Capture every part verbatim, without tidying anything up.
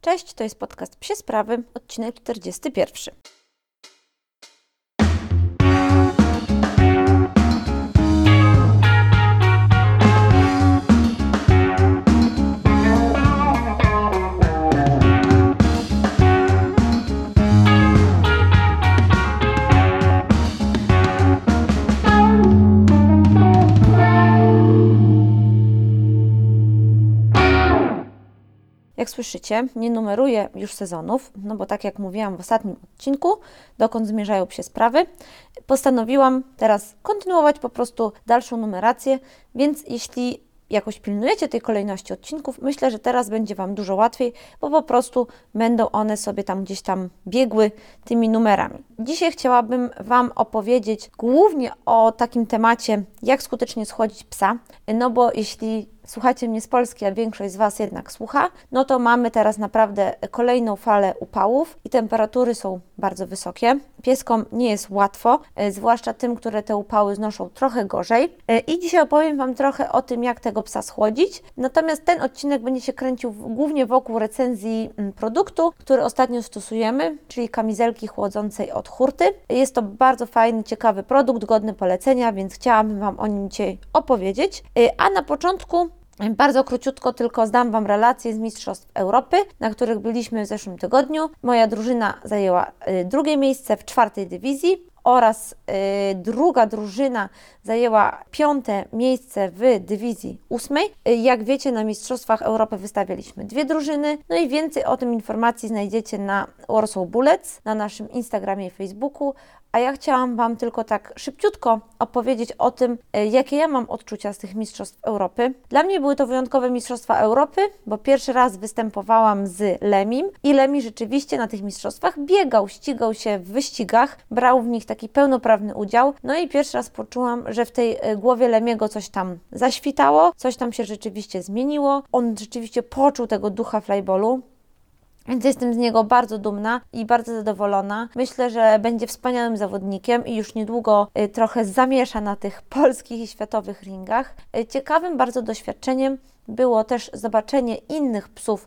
Cześć, to jest podcast Psie Sprawy, odcinek czterdziesty pierwszy. Jak słyszycie, nie numeruję już sezonów, no bo tak jak mówiłam w ostatnim odcinku, dokąd zmierzają Psie Sprawy, postanowiłam teraz kontynuować po prostu dalszą numerację, więc jeśli jakoś pilnujecie tej kolejności odcinków, myślę, że teraz będzie Wam dużo łatwiej, bo po prostu będą one sobie tam gdzieś tam biegły tymi numerami. Dzisiaj chciałabym Wam opowiedzieć głównie o takim temacie, jak skutecznie schłodzić psa, no bo jeśli słuchacie mnie z Polski, a większość z Was jednak słucha, no to mamy teraz naprawdę kolejną falę upałów i temperatury są bardzo wysokie. Pieskom nie jest łatwo, zwłaszcza tym, które te upały znoszą trochę gorzej. I dzisiaj opowiem Wam trochę o tym, jak tego psa schłodzić. Natomiast ten odcinek będzie się kręcił głównie wokół recenzji produktu, który ostatnio stosujemy, czyli kamizelki chłodzącej od Hurty. Jest to bardzo fajny, ciekawy produkt, godny polecenia, więc chciałabym Wam o nim dzisiaj opowiedzieć. A na początku bardzo króciutko tylko zdam Wam relacje z Mistrzostw Europy, na których byliśmy w zeszłym tygodniu. Moja drużyna zajęła drugie miejsce w czwartej dywizji oraz y, druga drużyna zajęła piąte miejsce w dywizji ósmej. Y, jak wiecie, na Mistrzostwach Europy wystawialiśmy dwie drużyny, no i więcej o tym informacji znajdziecie na Warsaw Bullets, na naszym Instagramie i Facebooku, a ja chciałam Wam tylko tak szybciutko opowiedzieć o tym, y, jakie ja mam odczucia z tych Mistrzostw Europy. Dla mnie były to wyjątkowe Mistrzostwa Europy, bo pierwszy raz występowałam z Lemim i Lemi rzeczywiście na tych mistrzostwach biegał, ścigał się w wyścigach, brał w nich taki pełnoprawny udział. No i pierwszy raz poczułam, że w tej głowie Lemiego coś tam zaświtało, coś tam się rzeczywiście zmieniło. On rzeczywiście poczuł tego ducha flyballu. Więc jestem z niego bardzo dumna i bardzo zadowolona. Myślę, że będzie wspaniałym zawodnikiem i już niedługo y, trochę zamiesza na tych polskich i światowych ringach. Y, ciekawym bardzo doświadczeniem było też zobaczenie innych psów,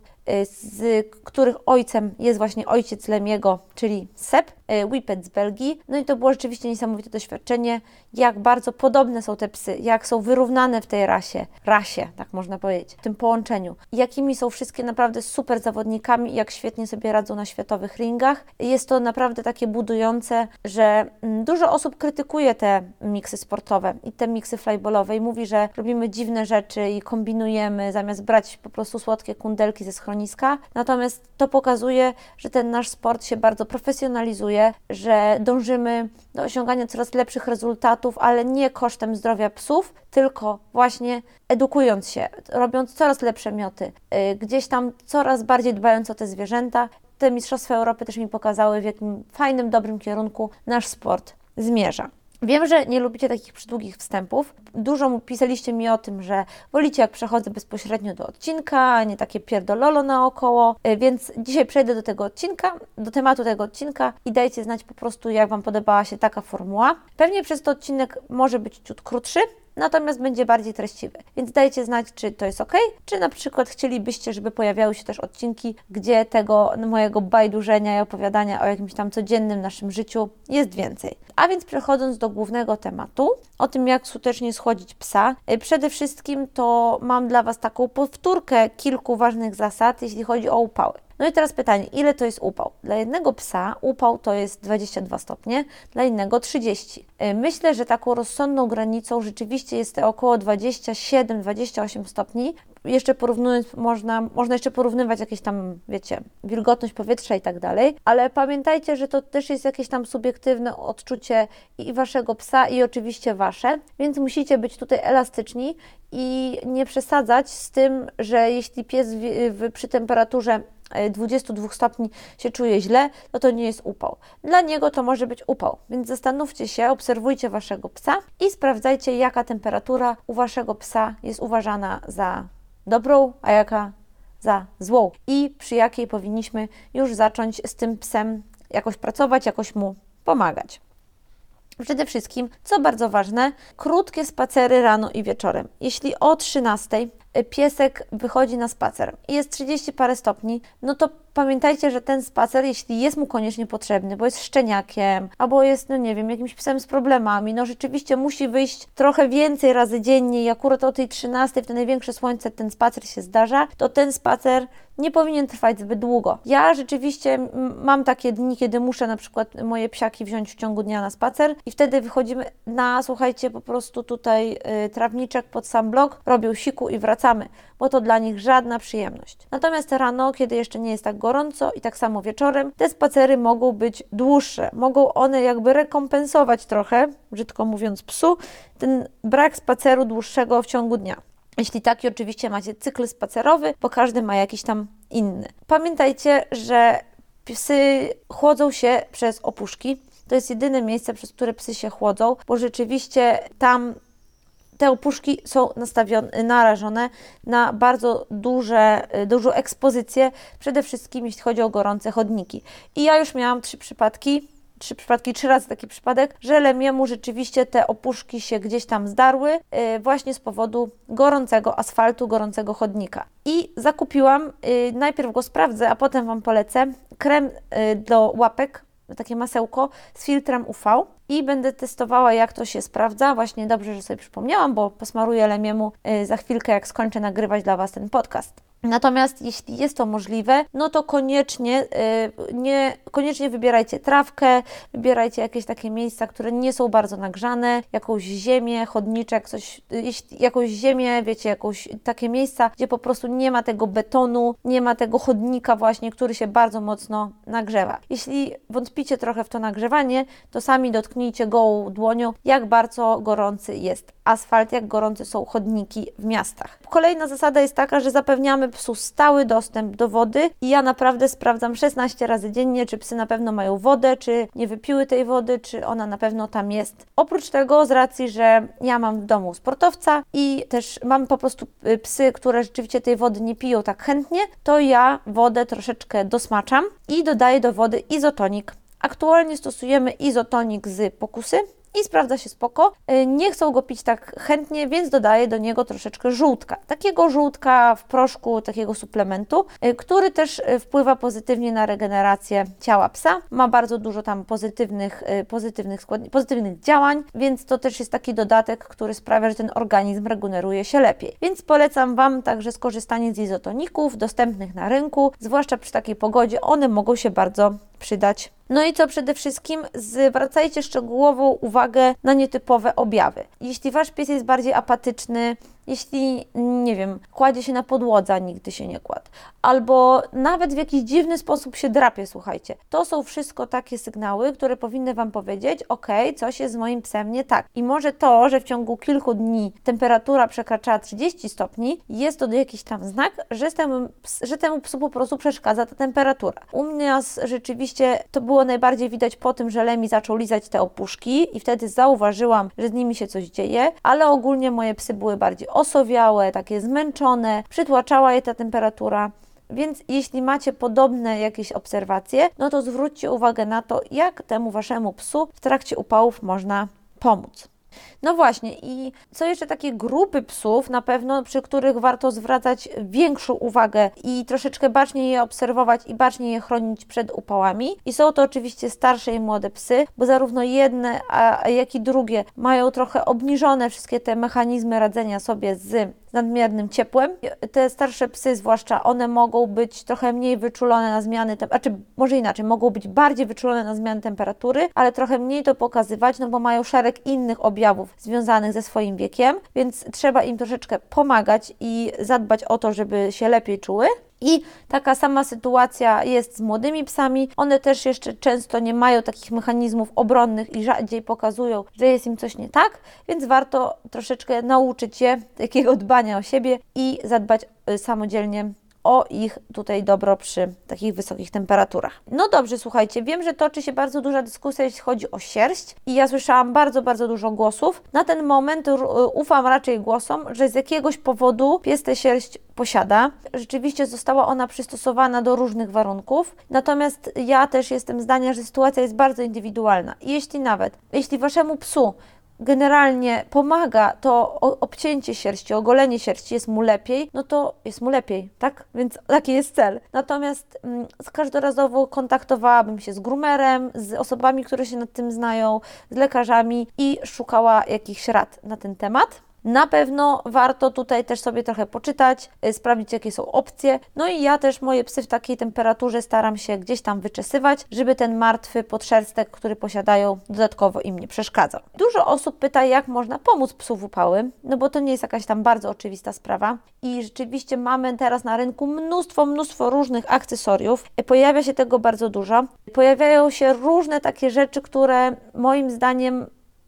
z których ojcem jest właśnie ojciec Lemiego, czyli Seb, Whippet z Belgii. No i to było rzeczywiście niesamowite doświadczenie, jak bardzo podobne są te psy, jak są wyrównane w tej rasie, rasie, tak można powiedzieć, w tym połączeniu. Jakimi są wszystkie naprawdę super zawodnikami i jak świetnie sobie radzą na światowych ringach. Jest to naprawdę takie budujące, że dużo osób krytykuje te miksy sportowe i te miksy flyballowe i mówi, że robimy dziwne rzeczy i kombinujemy, zamiast brać po prostu słodkie kundelki ze schroniska. Natomiast to pokazuje, że ten nasz sport się bardzo profesjonalizuje, że dążymy do osiągania coraz lepszych rezultatów, ale nie kosztem zdrowia psów, tylko właśnie edukując się, robiąc coraz lepsze mioty, yy, gdzieś tam coraz bardziej dbając o te zwierzęta. Te Mistrzostwa Europy też mi pokazały, w jakim fajnym, dobrym kierunku nasz sport zmierza. Wiem, że nie lubicie takich przydługich wstępów. Dużo pisaliście mi o tym, że wolicie, jak przechodzę bezpośrednio do odcinka, a nie takie pierdololo naokoło, więc dzisiaj przejdę do tego odcinka, do tematu tego odcinka i dajcie znać po prostu, jak Wam podobała się taka formuła. Pewnie przez to odcinek może być ciut krótszy, natomiast będzie bardziej treściwy. Więc dajcie znać, czy to jest ok, czy na przykład chcielibyście, żeby pojawiały się też odcinki, gdzie tego mojego bajdurzenia i opowiadania o jakimś tam codziennym naszym życiu jest więcej. A więc przechodząc do głównego tematu, o tym, jak skutecznie schłodzić psa, przede wszystkim to mam dla Was taką powtórkę kilku ważnych zasad, jeśli chodzi o upały. No i teraz pytanie, ile to jest upał? Dla jednego psa upał to jest dwadzieścia dwa stopnie, dla innego trzydzieści. Myślę, że taką rozsądną granicą rzeczywiście jest te około dwadzieścia siedem dwadzieścia osiem stopni. Jeszcze porównując, można, można jeszcze porównywać jakieś tam, wiecie, wilgotność powietrza i tak dalej, ale pamiętajcie, że to też jest jakieś tam subiektywne odczucie i waszego psa i oczywiście wasze, więc musicie być tutaj elastyczni i nie przesadzać z tym, że jeśli pies w, w, przy temperaturze dwudziestu dwóch stopni się czuje źle, no to nie jest upał. Dla niego to może być upał, więc zastanówcie się, obserwujcie waszego psa i sprawdzajcie, jaka temperatura u waszego psa jest uważana za dobrą, a jaka za złą i przy jakiej powinniśmy już zacząć z tym psem jakoś pracować, jakoś mu pomagać. Przede wszystkim, co bardzo ważne, krótkie spacery rano i wieczorem. Jeśli o trzynastej piesek wychodzi na spacer i jest trzydzieści parę stopni, no to pamiętajcie, że ten spacer, jeśli jest mu koniecznie potrzebny, bo jest szczeniakiem, albo jest, no nie wiem, jakimś psem z problemami, no rzeczywiście musi wyjść trochę więcej razy dziennie i akurat o tej trzynastej, w te największe słońce, ten spacer się zdarza, to ten spacer nie powinien trwać zbyt długo. Ja rzeczywiście mam takie dni, kiedy muszę na przykład moje psiaki wziąć w ciągu dnia na spacer i wtedy wychodzimy na, słuchajcie, po prostu tutaj y, trawniczek pod sam blok, robią siku i wracamy, bo to dla nich żadna przyjemność. Natomiast rano, kiedy jeszcze nie jest tak gorąco i tak samo wieczorem, te spacery mogą być dłuższe. Mogą one jakby rekompensować trochę, brzydko mówiąc, psu, ten brak spaceru dłuższego w ciągu dnia. Jeśli taki oczywiście macie cykl spacerowy, bo każdy ma jakiś tam inny. Pamiętajcie, że psy chłodzą się przez opuszki. To jest jedyne miejsce, przez które psy się chłodzą, bo rzeczywiście tam te opuszki są nastawione, narażone na bardzo duże, dużą ekspozycję, przede wszystkim jeśli chodzi o gorące chodniki. I ja już miałam trzy przypadki, trzy przypadki, trzy razy taki przypadek, że Lemiemu rzeczywiście te opuszki się gdzieś tam zdarły yy, właśnie z powodu gorącego asfaltu, gorącego chodnika. I zakupiłam, yy, najpierw go sprawdzę, a potem Wam polecę, krem yy, do łapek, takie masełko z filtrem U V i będę testowała, jak to się sprawdza. Właśnie dobrze, że sobie przypomniałam, bo posmaruję Lemiemu yy, za chwilkę, jak skończę nagrywać dla Was ten podcast. Natomiast jeśli jest to możliwe, no to koniecznie, yy, nie, koniecznie wybierajcie trawkę, wybierajcie jakieś takie miejsca, które nie są bardzo nagrzane, jakąś ziemię, chodniczek, coś, jeśli, jakąś ziemię, wiecie, jakąś takie miejsca, gdzie po prostu nie ma tego betonu, nie ma tego chodnika właśnie, który się bardzo mocno nagrzewa. Jeśli wątpicie trochę w to nagrzewanie, to sami dotknijcie gołą dłonią, jak bardzo gorący jest asfalt, jak gorące są chodniki w miastach. Kolejna zasada jest taka, że zapewniamy psu stały dostęp do wody i ja naprawdę sprawdzam szesnaście razy dziennie, czy psy na pewno mają wodę, czy nie wypiły tej wody, czy ona na pewno tam jest. Oprócz tego, z racji, że ja mam w domu sportowca i też mam po prostu psy, które rzeczywiście tej wody nie piją tak chętnie, to ja wodę troszeczkę dosmaczam i dodaję do wody izotonik. Aktualnie stosujemy izotonik z Pokusy i sprawdza się spoko. Nie chcą go pić tak chętnie, więc dodaję do niego troszeczkę żółtka. Takiego żółtka w proszku, takiego suplementu, który też wpływa pozytywnie na regenerację ciała psa. Ma bardzo dużo tam pozytywnych, pozytywnych, składni- pozytywnych działań, więc to też jest taki dodatek, który sprawia, że ten organizm regeneruje się lepiej. Więc polecam Wam także skorzystanie z izotoników dostępnych na rynku, zwłaszcza przy takiej pogodzie. One mogą się bardzo przydać. No i co przede wszystkim, zwracajcie szczegółową uwagę na nietypowe objawy. Jeśli Wasz pies jest bardziej apatyczny, jeśli, nie wiem, kładzie się na podłodze, a nigdy się nie kładł, albo nawet w jakiś dziwny sposób się drapie, słuchajcie. To są wszystko takie sygnały, które powinny Wam powiedzieć, ok, coś jest z moim psem nie tak. I może to, że w ciągu kilku dni temperatura przekraczała trzydzieści stopni, jest to jakiś tam znak, że temu, że temu psu po prostu przeszkadza ta temperatura. U nas rzeczywiście to było najbardziej widać po tym, że Lemi zaczął lizać te opuszki i wtedy zauważyłam, że z nimi się coś dzieje, ale ogólnie moje psy były bardziej osowiałe, takie zmęczone, przytłaczała je ta temperatura. Więc jeśli macie podobne jakieś obserwacje, no to zwróćcie uwagę na to, jak temu Waszemu psu w trakcie upałów można pomóc. No właśnie, i co jeszcze takie grupy psów, na pewno przy których warto zwracać większą uwagę i troszeczkę baczniej je obserwować i baczniej je chronić przed upałami. I są to oczywiście starsze i młode psy, bo zarówno jedne, a jak i drugie mają trochę obniżone wszystkie te mechanizmy radzenia sobie z nadmiernym ciepłem. Te starsze psy zwłaszcza, one mogą być trochę mniej wyczulone na zmiany, tem- znaczy może inaczej, mogą być bardziej wyczulone na zmiany temperatury, ale trochę mniej to pokazywać, no bo mają szereg innych objawów związanych ze swoim wiekiem, więc trzeba im troszeczkę pomagać i zadbać o to, żeby się lepiej czuły. I taka sama sytuacja jest z młodymi psami. One też jeszcze często nie mają takich mechanizmów obronnych i rzadziej pokazują, że jest im coś nie tak, więc warto troszeczkę nauczyć się takiego dbania o siebie i zadbać samodzielnie o ich tutaj dobro przy takich wysokich temperaturach. No dobrze, słuchajcie, wiem, że toczy się bardzo duża dyskusja, jeśli chodzi o sierść i ja słyszałam bardzo, bardzo dużo głosów. Na ten moment ufam raczej głosom, że z jakiegoś powodu pies tę sierść posiada. Rzeczywiście została ona przystosowana do różnych warunków, natomiast ja też jestem zdania, że sytuacja jest bardzo indywidualna. I jeśli nawet, jeśli Waszemu psu generalnie pomaga to obcięcie sierści, ogolenie sierści, jest mu lepiej, no to jest mu lepiej, tak? Więc taki jest cel. Natomiast mm, każdorazowo kontaktowałabym się z groomerem, z osobami, które się nad tym znają, z lekarzami i szukała jakichś rad na ten temat. Na pewno warto tutaj też sobie trochę poczytać, yy, sprawdzić, jakie są opcje. No i ja też moje psy w takiej temperaturze staram się gdzieś tam wyczesywać, żeby ten martwy podszerstek, który posiadają, dodatkowo im nie przeszkadzał. Dużo osób pyta, jak można pomóc psu w upały, no bo to nie jest jakaś tam bardzo oczywista sprawa. I rzeczywiście mamy teraz na rynku mnóstwo, mnóstwo różnych akcesoriów. Pojawia się tego bardzo dużo. Pojawiają się różne takie rzeczy, które moim zdaniem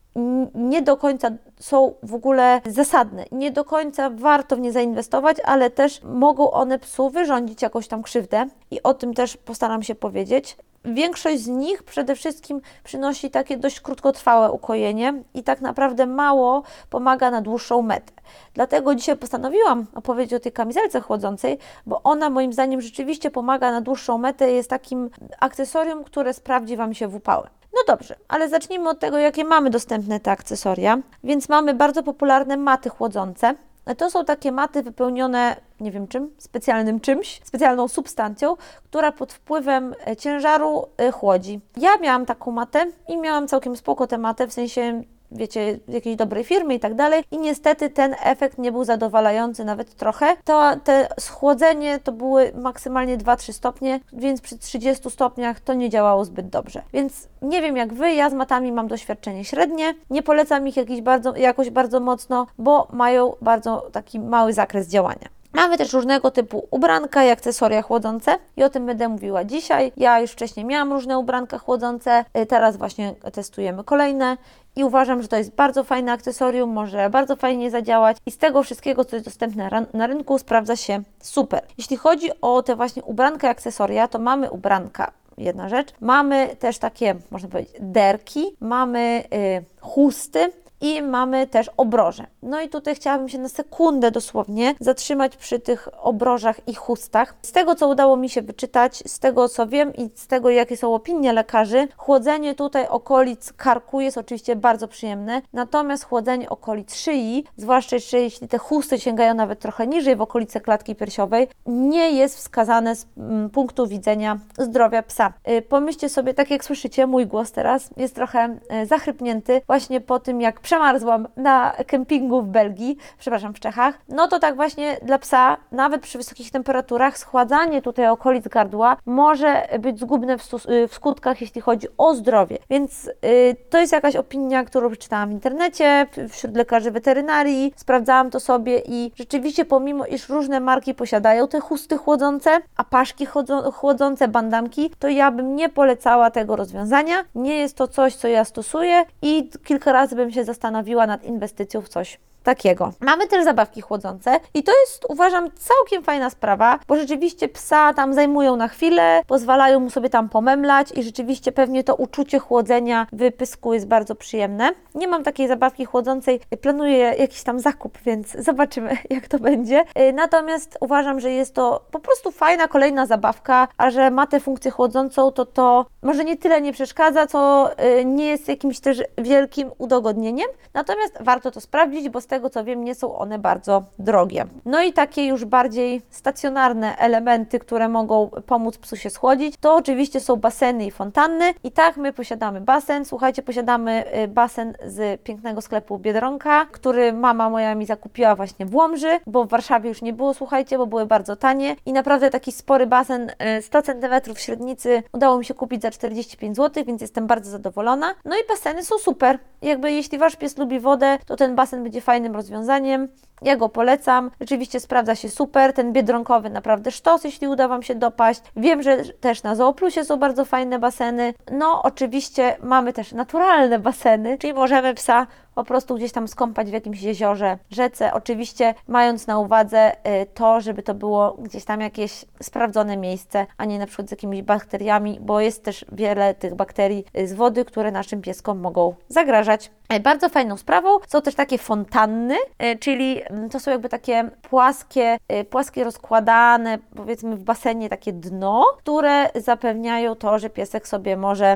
nie do końca są w ogóle zasadne. Nie do końca warto w nie zainwestować, ale też mogą one psu wyrządzić jakąś tam krzywdę i o tym też postaram się powiedzieć. Większość z nich przede wszystkim przynosi takie dość krótkotrwałe ukojenie i tak naprawdę mało pomaga na dłuższą metę. Dlatego dzisiaj postanowiłam opowiedzieć o tej kamizelce chłodzącej, bo ona moim zdaniem rzeczywiście pomaga na dłuższą metę, jest takim akcesorium, które sprawdzi Wam się w upały. No dobrze, ale zacznijmy od tego, jakie mamy dostępne te akcesoria. Więc mamy bardzo popularne maty chłodzące. To są takie maty wypełnione, nie wiem czym, specjalnym czymś, specjalną substancją, która pod wpływem ciężaru chłodzi. Ja miałam taką matę i miałam całkiem spoko tę matę, w sensie, wiecie, jakiejś dobrej firmy i tak dalej. I niestety ten efekt nie był zadowalający nawet trochę. To te schłodzenie to były maksymalnie dwa trzy stopnie, więc przy trzydziestu stopniach to nie działało zbyt dobrze. Więc nie wiem jak Wy, ja z matami mam doświadczenie średnie. Nie polecam ich jakiś bardzo, jakoś bardzo mocno, bo mają bardzo taki mały zakres działania. Mamy też różnego typu ubranka i akcesoria chłodzące i o tym będę mówiła dzisiaj. Ja już wcześniej miałam różne ubranka chłodzące, teraz właśnie testujemy kolejne i uważam, że to jest bardzo fajne akcesorium, może bardzo fajnie zadziałać i z tego wszystkiego, co jest dostępne na rynku, sprawdza się super. Jeśli chodzi o te właśnie ubranka i akcesoria, to mamy ubranka. Jedna rzecz. Mamy też takie, można powiedzieć, derki, mamy yy, chusty, i mamy też obroże. No i tutaj chciałabym się na sekundę dosłownie zatrzymać przy tych obrożach i chustach. Z tego, co udało mi się wyczytać, z tego, co wiem i z tego, jakie są opinie lekarzy, chłodzenie tutaj okolic karku jest oczywiście bardzo przyjemne, natomiast chłodzenie okolic szyi, zwłaszcza jeszcze jeśli te chusty sięgają nawet trochę niżej w okolice klatki piersiowej, nie jest wskazane z mm, punktu widzenia zdrowia psa. Yy, pomyślcie sobie, tak jak słyszycie, mój głos teraz jest trochę yy, zachrypnięty właśnie po tym, jak przemarzłam na kempingu w Belgii, przepraszam, w Czechach, no to tak właśnie dla psa, nawet przy wysokich temperaturach, schładzanie tutaj okolic gardła może być zgubne w, w skutkach, jeśli chodzi o zdrowie. Więc yy, to jest jakaś opinia, którą przeczytałam w internecie, wśród lekarzy weterynarii, sprawdzałam to sobie i rzeczywiście pomimo, iż różne marki posiadają te chusty chłodzące, a paszki chłodzące, bandamki, to ja bym nie polecała tego rozwiązania. Nie jest to coś, co ja stosuję i kilka razy bym się zastanowiła nad inwestycją w coś takiego. Mamy też zabawki chłodzące i to jest, uważam, całkiem fajna sprawa, bo rzeczywiście psa tam zajmują na chwilę, pozwalają mu sobie tam pomemlać i rzeczywiście pewnie to uczucie chłodzenia w pysku jest bardzo przyjemne. Nie mam takiej zabawki chłodzącej, planuję jakiś tam zakup, więc zobaczymy, jak to będzie. Natomiast uważam, że jest to po prostu fajna kolejna zabawka, a że ma tę funkcję chłodzącą, to to może nie tyle nie przeszkadza, co nie jest jakimś też wielkim udogodnieniem, natomiast warto to sprawdzić, bo z tego co wiem, nie są one bardzo drogie. No i takie już bardziej stacjonarne elementy, które mogą pomóc psu się schłodzić, to oczywiście są baseny i fontanny. I tak, my posiadamy basen. Słuchajcie, posiadamy basen z pięknego sklepu Biedronka, który mama moja mi zakupiła właśnie w Łomży, bo w Warszawie już nie było, słuchajcie, bo były bardzo tanie i naprawdę taki spory basen, sto centymetrów średnicy, udało mi się kupić za czterdzieści pięć złotych, więc jestem bardzo zadowolona. No i baseny są super. Jakby jeśli Wasz pies lubi wodę, to ten basen będzie fajnym rozwiązaniem. Ja go polecam. Rzeczywiście sprawdza się super. Ten biedronkowy naprawdę sztos, jeśli uda Wam się dopaść. Wiem, że też na Zooplusie są bardzo fajne baseny. No, oczywiście mamy też naturalne baseny, czyli możemy psa po prostu gdzieś tam skąpać w jakimś jeziorze, rzece. Oczywiście mając na uwadze to, żeby to było gdzieś tam jakieś sprawdzone miejsce, a nie na przykład z jakimiś bakteriami, bo jest też wiele tych bakterii z wody, które naszym pieskom mogą zagrażać. Bardzo fajną sprawą są też takie fontanny, czyli to są jakby takie płaskie, płaskie rozkładane, powiedzmy w basenie takie dno, które zapewniają to, że piesek sobie może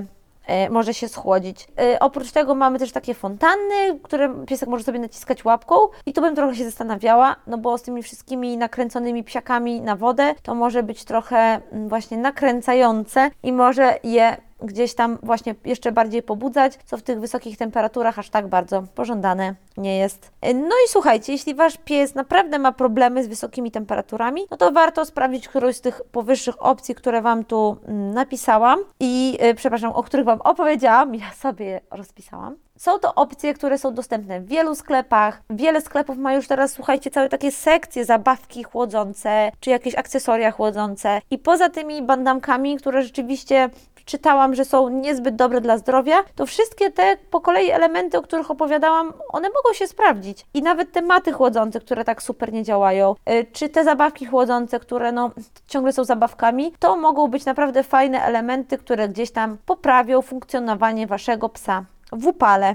e, może się schłodzić. E, oprócz tego mamy też takie fontanny, które piesek może sobie naciskać łapką i tu bym trochę się zastanawiała, no bo z tymi wszystkimi nakręconymi psiakami na wodę to może być trochę właśnie nakręcające i może je gdzieś tam właśnie jeszcze bardziej pobudzać, co w tych wysokich temperaturach aż tak bardzo pożądane nie jest. No i słuchajcie, jeśli Wasz pies naprawdę ma problemy z wysokimi temperaturami, no to warto sprawdzić którąś z tych powyższych opcji, które Wam tu napisałam i, yy, przepraszam, o których Wam opowiedziałam, ja sobie je rozpisałam. Są to opcje, które są dostępne w wielu sklepach. Wiele sklepów ma już teraz, słuchajcie, całe takie sekcje, zabawki chłodzące, czy jakieś akcesoria chłodzące. I poza tymi bandamkami, które rzeczywiście czytałam, że są niezbyt dobre dla zdrowia, to wszystkie te po kolei elementy, o których opowiadałam, one mogą się sprawdzić. I nawet te maty chłodzące, które tak super nie działają, czy te zabawki chłodzące, które no ciągle są zabawkami, to mogą być naprawdę fajne elementy, które gdzieś tam poprawią funkcjonowanie Waszego psa w upale.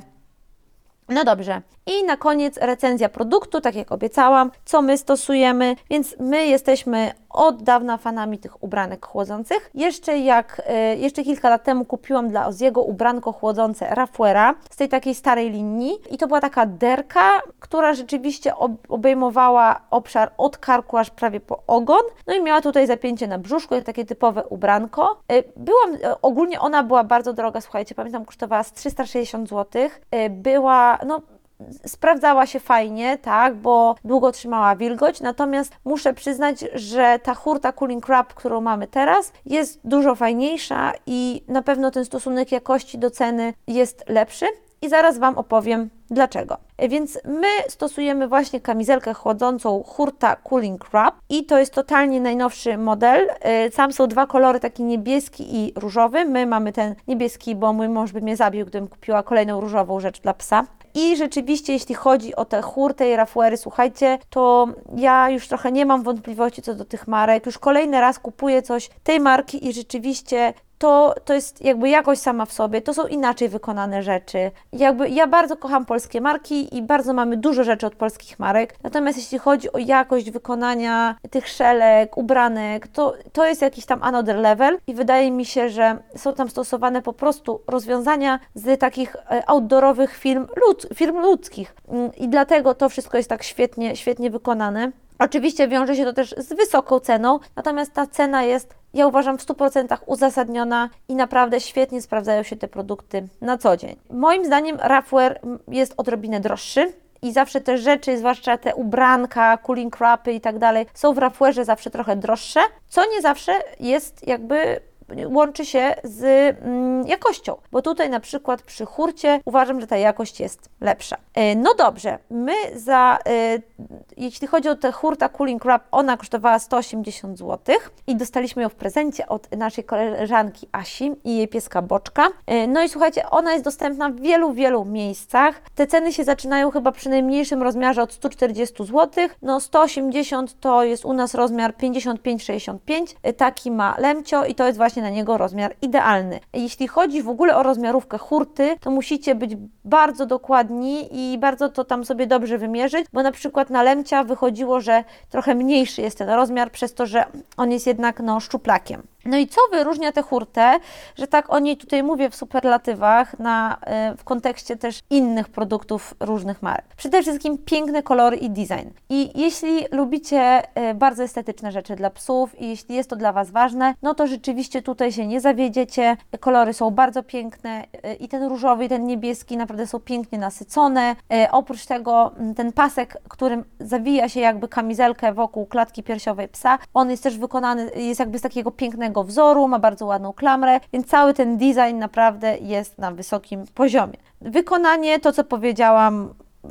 No dobrze. I na koniec recenzja produktu, tak jak obiecałam, co my stosujemy, więc my jesteśmy od dawna fanami tych ubranek chłodzących. Jeszcze jak, jeszcze kilka lat temu kupiłam dla Oziego ubranko chłodzące Rafuera z tej takiej starej linii i to była taka derka, która rzeczywiście obejmowała obszar od karku aż prawie po ogon, no i miała tutaj zapięcie na brzuszku, takie typowe ubranko. Byłam, ogólnie ona była bardzo droga, słuchajcie, pamiętam, kosztowała z trzysta sześćdziesiąt złotych, była, no sprawdzała się fajnie, tak, bo długo trzymała wilgoć, natomiast muszę przyznać, że ta hurta Cooling Wrap, którą mamy teraz, jest dużo fajniejsza i na pewno ten stosunek jakości do ceny jest lepszy i zaraz Wam opowiem dlaczego. Więc my stosujemy właśnie kamizelkę chłodzącą Hurta Cooling Wrap i to jest totalnie najnowszy model. Sam są dwa kolory, taki niebieski i różowy. My mamy ten niebieski, bo mój mąż by mnie zabił, gdybym kupiła kolejną różową rzecz dla psa. I rzeczywiście, jeśli chodzi o te hurty i rafuery, słuchajcie, to ja już trochę nie mam wątpliwości co do tych marek. Już kolejny raz kupuję coś tej marki i rzeczywiście to, to jest jakby jakość sama w sobie, to są inaczej wykonane rzeczy. Jakby ja bardzo kocham polskie marki i bardzo mamy dużo rzeczy od polskich marek, natomiast jeśli chodzi o jakość wykonania tych szelek, ubranek, to, to jest jakiś tam another level i wydaje mi się, że są tam stosowane po prostu rozwiązania z takich outdoorowych firm, lud, firm ludzkich i dlatego to wszystko jest tak świetnie, świetnie wykonane. Oczywiście wiąże się to też z wysoką ceną, natomiast ta cena jest, ja uważam, w stu procentach uzasadniona i naprawdę świetnie sprawdzają się te produkty na co dzień. Moim zdaniem Rafuer jest odrobinę droższy i zawsze te rzeczy, zwłaszcza te ubranka, cooling wrapy i tak dalej, są w Rafuerze zawsze trochę droższe, co nie zawsze jest jakby łączy się z mm, jakością, bo tutaj na przykład przy hurcie uważam, że ta jakość jest lepsza. E, no dobrze, my za, e, jeśli chodzi o tę hurta Cooling Wrap, ona kosztowała sto osiemdziesiąt złotych i dostaliśmy ją w prezencie od naszej koleżanki Asi i jej pieska Boczka. E, no i słuchajcie, ona jest dostępna w wielu, wielu miejscach. Te ceny się zaczynają chyba przy najmniejszym rozmiarze od stu czterdziestu złotych. No sto osiemdziesiąt to jest u nas rozmiar pięćdziesiąt pięć sześćdziesiąt pięć. E, taki ma Lemcio i to jest właśnie na niego rozmiar idealny. Jeśli chodzi w ogóle o rozmiarówkę hurty, to musicie być bardzo dokładni i bardzo to tam sobie dobrze wymierzyć, bo na przykład na Lemcia wychodziło, że trochę mniejszy jest ten rozmiar, przez to, że on jest jednak no, szczuplakiem. No i co wyróżnia tę hurtę, że tak o niej tutaj mówię w superlatywach na, w kontekście też innych produktów różnych marek. Przede wszystkim piękne kolory i design. I jeśli lubicie bardzo estetyczne rzeczy dla psów i jeśli jest to dla Was ważne, no to rzeczywiście tutaj się nie zawiedziecie. Kolory są bardzo piękne i ten różowy i ten niebieski naprawdę są pięknie nasycone. Oprócz tego ten pasek, którym zawija się jakby kamizelkę wokół klatki piersiowej psa, on jest też wykonany, jest jakby z takiego pięknego wzoru, ma bardzo ładną klamrę, więc cały ten design naprawdę jest na wysokim poziomie. Wykonanie, to co powiedziałam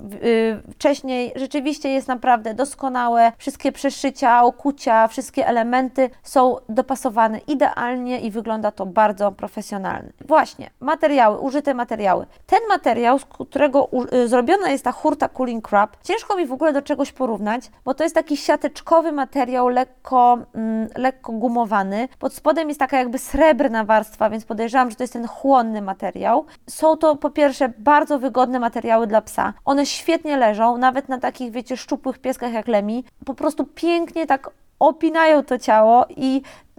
wcześniej, rzeczywiście jest naprawdę doskonałe. Wszystkie przeszycia, okucia, wszystkie elementy są dopasowane idealnie i wygląda to bardzo profesjonalnie. Właśnie, materiały, użyte materiały. Ten materiał, z którego zrobiona jest ta hurta Cooling Wrap, ciężko mi w ogóle do czegoś porównać, bo to jest taki siateczkowy materiał, lekko, mm, lekko gumowany. Pod spodem jest taka jakby srebrna warstwa, więc podejrzewam, że to jest ten chłonny materiał. Są to po pierwsze bardzo wygodne materiały dla psa. One świetnie leżą, nawet na takich, wiecie, szczupłych pieskach jak Lemi. Po prostu pięknie tak opinają to ciało i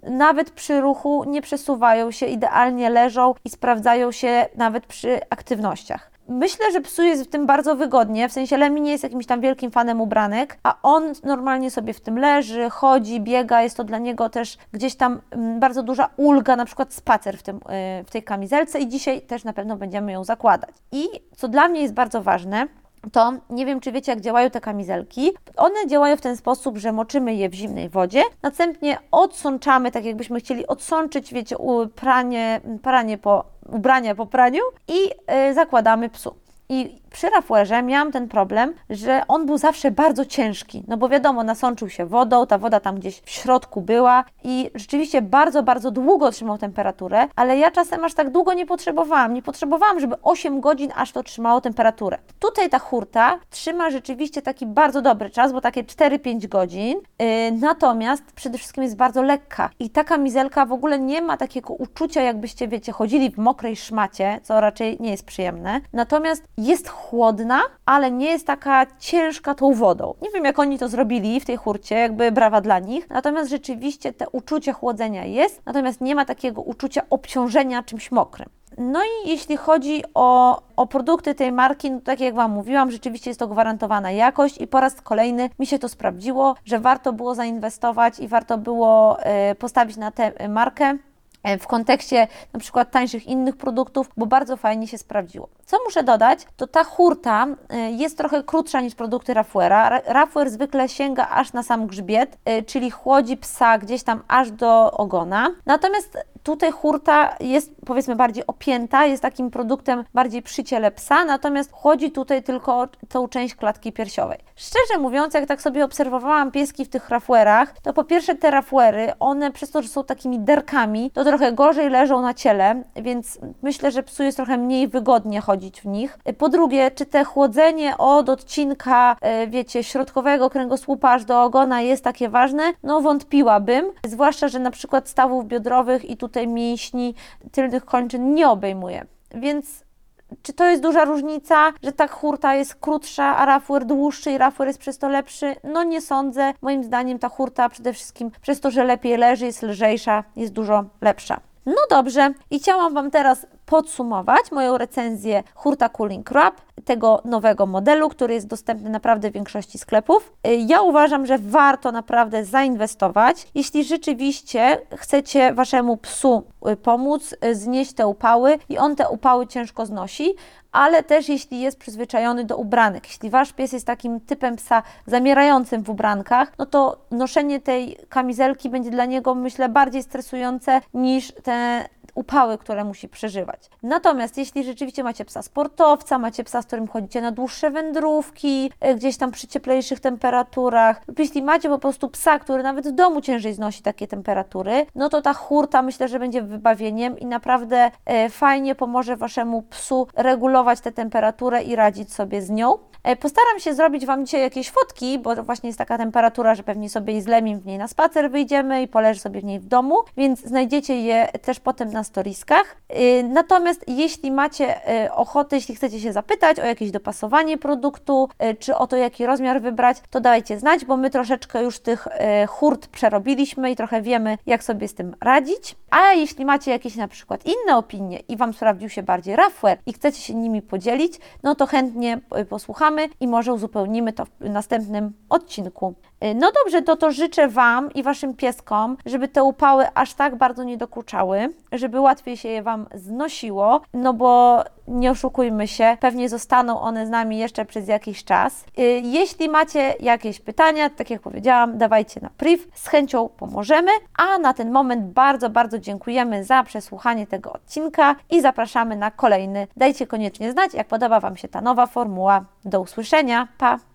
nawet przy ruchu nie przesuwają się, idealnie leżą i sprawdzają się nawet przy aktywnościach. Myślę, że psu jest w tym bardzo wygodnie, w sensie Lemmy nie jest jakimś tam wielkim fanem ubranek, a on normalnie sobie w tym leży, chodzi, biega, jest to dla niego też gdzieś tam bardzo duża ulga, na przykład spacer w, tym, w tej kamizelce i dzisiaj też na pewno będziemy ją zakładać. I co dla mnie jest bardzo ważne, to nie wiem, czy wiecie, jak działają te kamizelki. One działają w ten sposób, że moczymy je w zimnej wodzie, następnie odsączamy, tak jakbyśmy chcieli odsączyć, wiecie, pranie, pranie po, ubrania po praniu i yy, zakładamy psu. I przy Ruffwearze miałam ten problem, że on był zawsze bardzo ciężki, no bo wiadomo, nasączył się wodą, ta woda tam gdzieś w środku była i rzeczywiście bardzo, bardzo długo trzymał temperaturę, ale ja czasem aż tak długo nie potrzebowałam, nie potrzebowałam, żeby osiem godzin aż to trzymało temperaturę. Tutaj ta hurta trzyma rzeczywiście taki bardzo dobry czas, bo takie cztery pięć godzin, yy, natomiast przede wszystkim jest bardzo lekka i ta kamizelka w ogóle nie ma takiego uczucia, jakbyście, wiecie, chodzili w mokrej szmacie, co raczej nie jest przyjemne, natomiast jest chłodna, ale nie jest taka ciężka tą wodą. Nie wiem, jak oni to zrobili w tej hurcie, jakby brawa dla nich, natomiast rzeczywiście te uczucie chłodzenia jest, natomiast nie ma takiego uczucia obciążenia czymś mokrym. No i jeśli chodzi o, o produkty tej marki, no tak jak Wam mówiłam, rzeczywiście jest to gwarantowana jakość i po raz kolejny mi się to sprawdziło, że warto było zainwestować i warto było y, postawić na tę markę w kontekście na przykład tańszych innych produktów, bo bardzo fajnie się sprawdziło. Co muszę dodać, to ta hurta jest trochę krótsza niż produkty Ruffweara. Ruffwear zwykle sięga aż na sam grzbiet, czyli chłodzi psa gdzieś tam aż do ogona. Natomiast tutaj hurta jest, powiedzmy, bardziej opięta, jest takim produktem bardziej przy ciele psa, natomiast chłodzi tutaj tylko tą część klatki piersiowej. Szczerze mówiąc, jak tak sobie obserwowałam pieski w tych Ruffwearach, to po pierwsze te Ruffweary, one przez to, że są takimi derkami, to trochę gorzej leżą na ciele, więc myślę, że psu jest trochę mniej wygodnie chodzić w nich. Po drugie, czy te chłodzenie od odcinka, wiecie, środkowego kręgosłupa aż do ogona jest takie ważne? No wątpiłabym, zwłaszcza, że na przykład stawów biodrowych i tutaj mięśni tylnych kończyn nie obejmuje, więc czy to jest duża różnica, że ta hurta jest krótsza, a Ruffwear dłuższy i Ruffwear jest przez to lepszy? No nie sądzę. Moim zdaniem ta hurta przede wszystkim przez to, że lepiej leży, jest lżejsza, jest dużo lepsza. No dobrze, i chciałam Wam teraz podsumować moją recenzję Hurta Cooling Wrap, tego nowego modelu, który jest dostępny naprawdę w większości sklepów. Ja uważam, że warto naprawdę zainwestować, jeśli rzeczywiście chcecie Waszemu psu pomóc znieść te upały i on te upały ciężko znosi, ale też jeśli jest przyzwyczajony do ubranek. Jeśli Wasz pies jest takim typem psa zamierającym w ubrankach, no to noszenie tej kamizelki będzie dla niego, myślę, bardziej stresujące niż te upały, które musi przeżywać. Natomiast jeśli rzeczywiście macie psa sportowca, macie psa, z którym chodzicie na dłuższe wędrówki, gdzieś tam przy cieplejszych temperaturach, lub jeśli macie po prostu psa, który nawet w domu ciężej znosi takie temperatury, no to ta hurta myślę, że będzie wybawieniem i naprawdę e, fajnie pomoże Waszemu psu regulować tę temperaturę i radzić sobie z nią. E, postaram się zrobić Wam dzisiaj jakieś fotki, bo właśnie jest taka temperatura, że pewnie sobie z Lemmym w niej na spacer wyjdziemy i poleży sobie w niej w domu, więc znajdziecie je też potem na storieskach. Natomiast jeśli macie ochotę, jeśli chcecie się zapytać o jakieś dopasowanie produktu, czy o to, jaki rozmiar wybrać, to dajcie znać, bo my troszeczkę już tych hurt przerobiliśmy i trochę wiemy, jak sobie z tym radzić. A jeśli macie jakieś na przykład inne opinie i Wam sprawdził się bardziej Ruffwear i chcecie się nimi podzielić, no to chętnie posłuchamy i może uzupełnimy to w następnym odcinku. No dobrze, to to życzę Wam i Waszym pieskom, żeby te upały aż tak bardzo nie dokuczały, żeby łatwiej się je Wam znosiło, no bo nie oszukujmy się, pewnie zostaną one z nami jeszcze przez jakiś czas. Jeśli macie jakieś pytania, tak jak powiedziałam, dawajcie na priv, z chęcią pomożemy, a na ten moment bardzo, bardzo dziękujemy za przesłuchanie tego odcinka i zapraszamy na kolejny. Dajcie koniecznie znać, jak podoba Wam się ta nowa formuła. Do usłyszenia, pa!